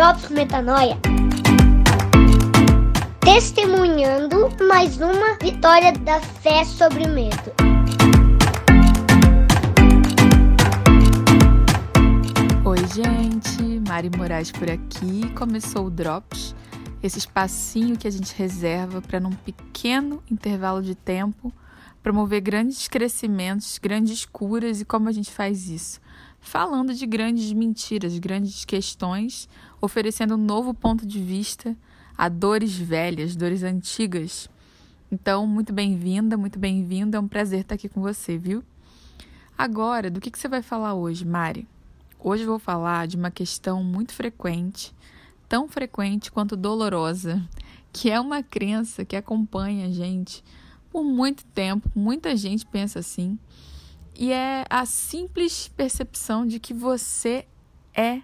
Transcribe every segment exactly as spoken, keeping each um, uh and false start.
Drops Metanoia. Testemunhando mais uma vitória da fé sobre o medo. Oi, gente, Mari Moraes por aqui. Começou o Drops, esse espacinho que a gente reserva para, num pequeno intervalo de tempo, promover grandes crescimentos, grandes curas. E como a gente faz isso? Falando de grandes mentiras, grandes questões, oferecendo um novo ponto de vista a dores velhas, dores antigas. Então, muito bem-vinda, muito bem-vindo. É um prazer estar aqui com você, viu? Agora, do que, que você vai falar hoje, Mari? Hoje eu vou falar de uma questão muito frequente, tão frequente quanto dolorosa, que é uma crença que acompanha a gente por muito tempo. Muita gente pensa assim. E é a simples percepção de que você é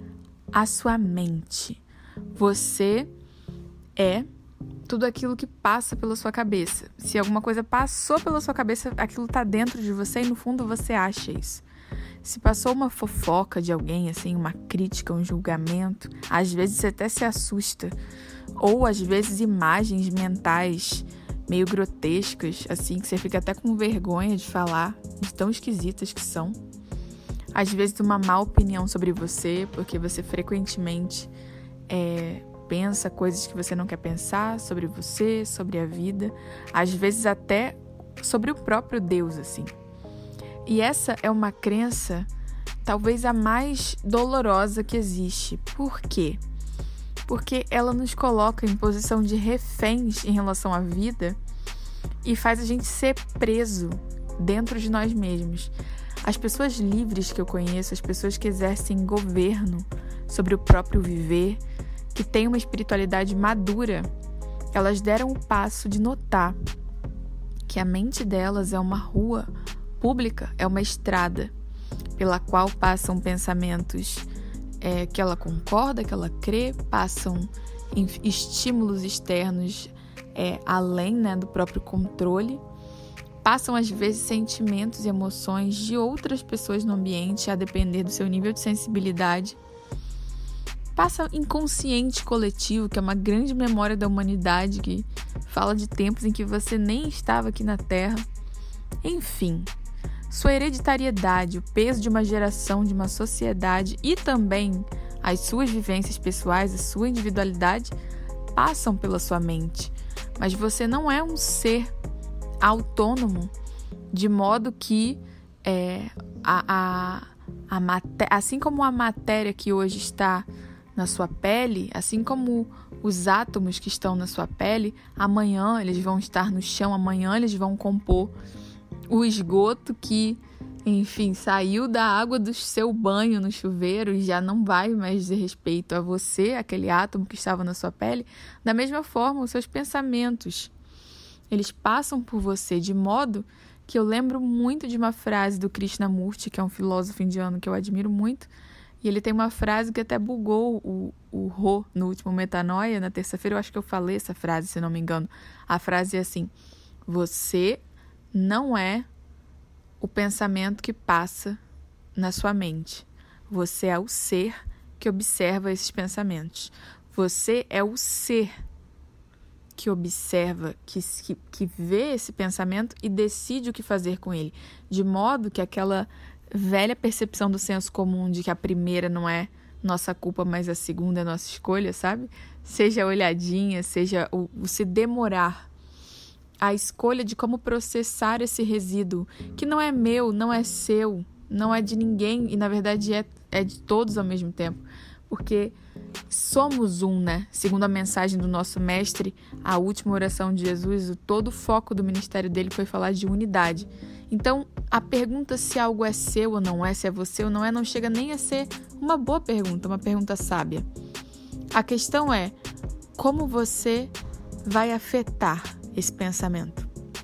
a sua mente. Você é tudo aquilo que passa pela sua cabeça. Se alguma coisa passou pela sua cabeça, aquilo está dentro de você e no fundo você acha isso. Se passou uma fofoca de alguém, assim, uma crítica, um julgamento, às vezes você até se assusta. Ou às vezes imagens mentais meio grotescas, assim, que você fica até com vergonha de falar, de tão esquisitas que são. Às vezes uma má opinião sobre você, porque você frequentemente é, pensa coisas que você não quer pensar sobre você, sobre a vida. Às vezes até sobre o próprio Deus, assim. E essa é uma crença talvez a mais dolorosa que existe. Por quê? Porque ela nos coloca em posição de reféns em relação à vida e faz a gente ser preso dentro de nós mesmos. As pessoas livres que eu conheço, as pessoas que exercem governo sobre o próprio viver, que têm uma espiritualidade madura, elas deram o passo de notar que a mente delas é uma rua pública, é uma estrada pela qual passam pensamentos É, que ela concorda, que ela crê, passam em estímulos externos é, além, né, do próprio controle, passam às vezes sentimentos e emoções de outras pessoas no ambiente, a depender do seu nível de sensibilidade, passa inconsciente coletivo, que é uma grande memória da humanidade, que fala de tempos em que você nem estava aqui na Terra. Enfim, sua hereditariedade, o peso de uma geração, de uma sociedade e também as suas vivências pessoais, a sua individualidade passam pela sua mente. Mas você não é um ser autônomo, de modo que é, a, a, a maté- assim como a matéria que hoje está na sua pele, assim como os átomos que estão na sua pele, amanhã eles vão estar no chão, amanhã eles vão compor o esgoto que, enfim, saiu da água do seu banho no chuveiro e já não vai mais dizer respeito a você, aquele átomo que estava na sua pele. Da mesma forma, os seus pensamentos, eles passam por você, de modo que eu lembro muito de uma frase do Krishnamurti, que é um filósofo indiano que eu admiro muito, e ele tem uma frase que até bugou o, o Rô no último Metanoia, na terça-feira. Eu acho que eu falei essa frase, se não me engano. A frase é assim: você não é o pensamento que passa na sua mente. Você é o ser que observa esses pensamentos. Você é o ser que observa, que, que, que vê esse pensamento e decide o que fazer com ele. De modo que aquela velha percepção do senso comum de que a primeira não é nossa culpa, mas a segunda é nossa escolha, sabe? Seja a olhadinha, seja o, o se demorar, a escolha de como processar esse resíduo, que não é meu, não é seu, não é de ninguém e, na verdade, é, é de todos ao mesmo tempo. Porque somos um, né? Segundo a mensagem do nosso mestre, a última oração de Jesus, o todo o foco do ministério dele foi falar de unidade. Então, a pergunta se algo é seu ou não é, se é você ou não é, não chega nem a ser uma boa pergunta, uma pergunta sábia. A questão é como você vai afetar esse pensamento.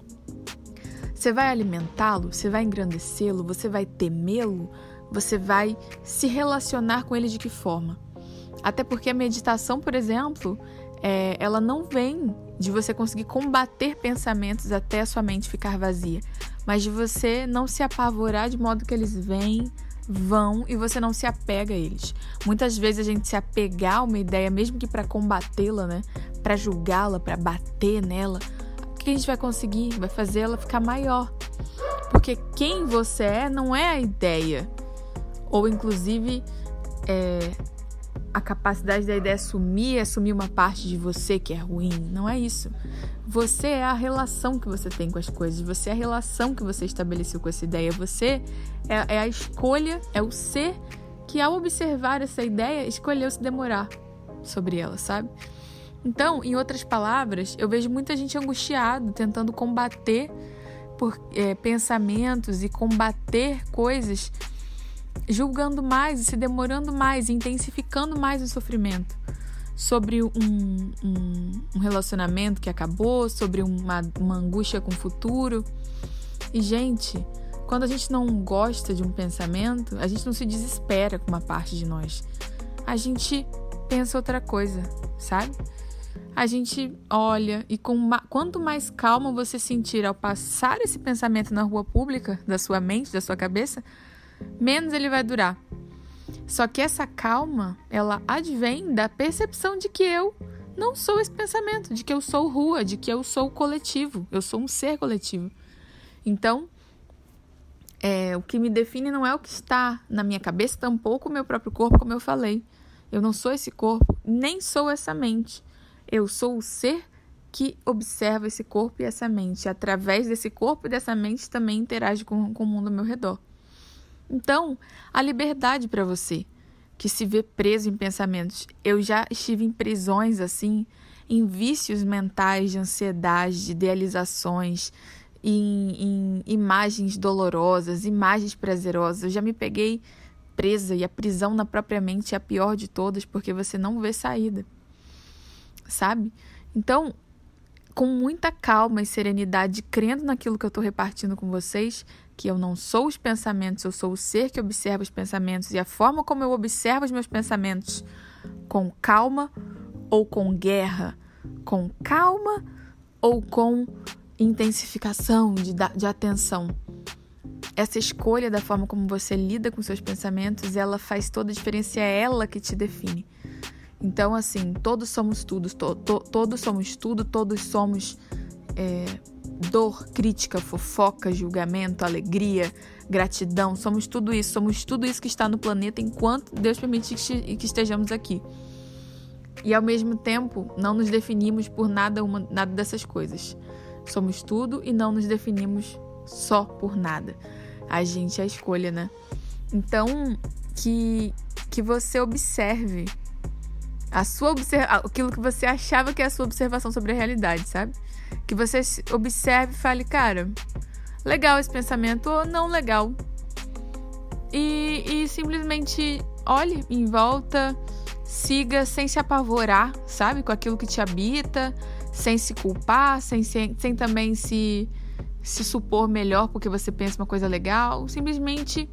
Você vai alimentá-lo? Você vai engrandecê-lo? Você vai temê-lo? Você vai se relacionar com ele de que forma? Até porque a meditação, por exemplo, é, ela não vem de você conseguir combater pensamentos até a sua mente ficar vazia, mas de você não se apavorar de modo que eles vêm, vão e você não se apega a eles. Muitas vezes a gente se apegar a uma ideia, mesmo que para combatê-la, né? Para julgá-la, para bater nela, o que a gente vai conseguir? Vai fazer ela ficar maior. Porque quem você é não é a ideia. Ou, inclusive, é, a capacidade da ideia sumir, assumir uma parte de você que é ruim. Não é isso. Você é a relação que você tem com as coisas. Você é a relação que você estabeleceu com essa ideia. Você é, é a escolha, é o ser que, ao observar essa ideia, escolheu se demorar sobre ela, sabe? Então, em outras palavras, eu vejo muita gente angustiada, tentando combater por é, pensamentos e combater coisas, julgando mais e se demorando mais, intensificando mais o sofrimento sobre um, um, um relacionamento que acabou, sobre uma, uma angústia com o futuro. E, gente, quando a gente não gosta de um pensamento, a gente não se desespera com uma parte de nós. A gente pensa outra coisa, sabe? A gente olha e com uma, quanto mais calma você sentir ao passar esse pensamento na rua pública, da sua mente, da sua cabeça, menos ele vai durar. Só que essa calma, ela advém da percepção de que eu não sou esse pensamento, de que eu sou rua, de que eu sou coletivo, eu sou um ser coletivo. Então, é, o que me define não é o que está na minha cabeça, tampouco o meu próprio corpo, como eu falei. Eu não sou esse corpo, nem sou essa mente. Eu sou o ser que observa esse corpo e essa mente. Através desse corpo e dessa mente também interage com, com o mundo ao meu redor. Então, a liberdade para você, que se vê preso em pensamentos. Eu já estive em prisões assim, em vícios mentais de ansiedade, de idealizações, em, em imagens dolorosas, imagens prazerosas. Eu já me peguei presa e a prisão na própria mente é a pior de todas, porque você não vê saída. Sabe? Então, com muita calma e serenidade, crendo naquilo que eu estou repartindo com vocês, que eu não sou os pensamentos, eu sou o ser que observa os pensamentos, e a forma como eu observo os meus pensamentos, com calma ou com guerra, com calma ou com intensificação de, de atenção. Essa escolha da forma como você lida com seus pensamentos, ela faz toda a diferença, é ela que te define. Então, assim, todos somos tudo, to, to, todos somos tudo, todos somos é, dor, crítica, fofoca, julgamento, alegria, gratidão, somos tudo isso, somos tudo isso que está no planeta enquanto Deus permite que, que estejamos aqui. E, ao mesmo tempo, não nos definimos por nada, uma, nada dessas coisas. Somos tudo e não nos definimos só por nada. A gente é a escolha, né? Então, que, que você observe a sua observa- aquilo que você achava que é a sua observação sobre a realidade, sabe? Que você observe e fale, cara, legal esse pensamento ou não legal. E, e simplesmente olhe em volta, siga sem se apavorar, sabe? Com aquilo que te habita, sem se culpar, sem, sem, sem também se, se supor melhor porque você pensa uma coisa legal. Simplesmente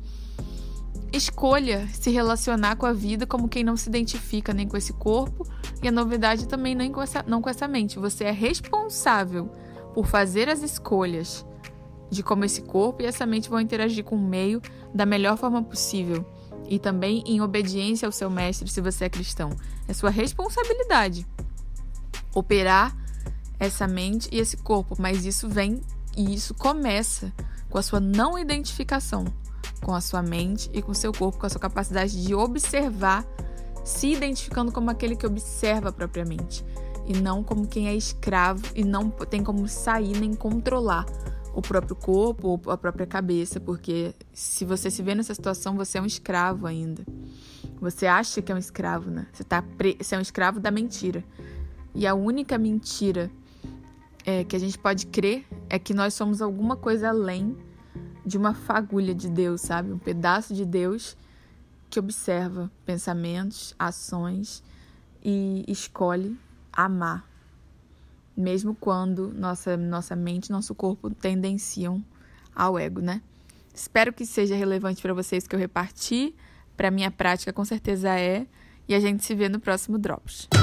escolha se relacionar com a vida como quem não se identifica nem com esse corpo e a novidade também nem com essa, não com essa mente. Você é responsável por fazer as escolhas de como esse corpo e essa mente vão interagir com o meio da melhor forma possível e também em obediência ao seu mestre se você é cristão. É sua responsabilidade operar essa mente e esse corpo, mas isso vem e isso começa com a sua não identificação com a sua mente e com o seu corpo, com a sua capacidade de observar, se identificando como aquele que observa propriamente, e não como quem é escravo e não tem como sair nem controlar o próprio corpo ou a própria cabeça, porque se você se vê nessa situação, você é um escravo ainda. Você acha que é um escravo, né? Você, tá pre... você é um escravo da mentira. E a única mentira é, que a gente pode crer é que nós somos alguma coisa além de uma fagulha de Deus, sabe? Um pedaço de Deus que observa pensamentos, ações e escolhe amar. Mesmo quando nossa, nossa mente e nosso corpo tendenciam ao ego, né? Espero que seja relevante para vocês que eu reparti. Para minha prática, com certeza é. E a gente se vê no próximo Drops.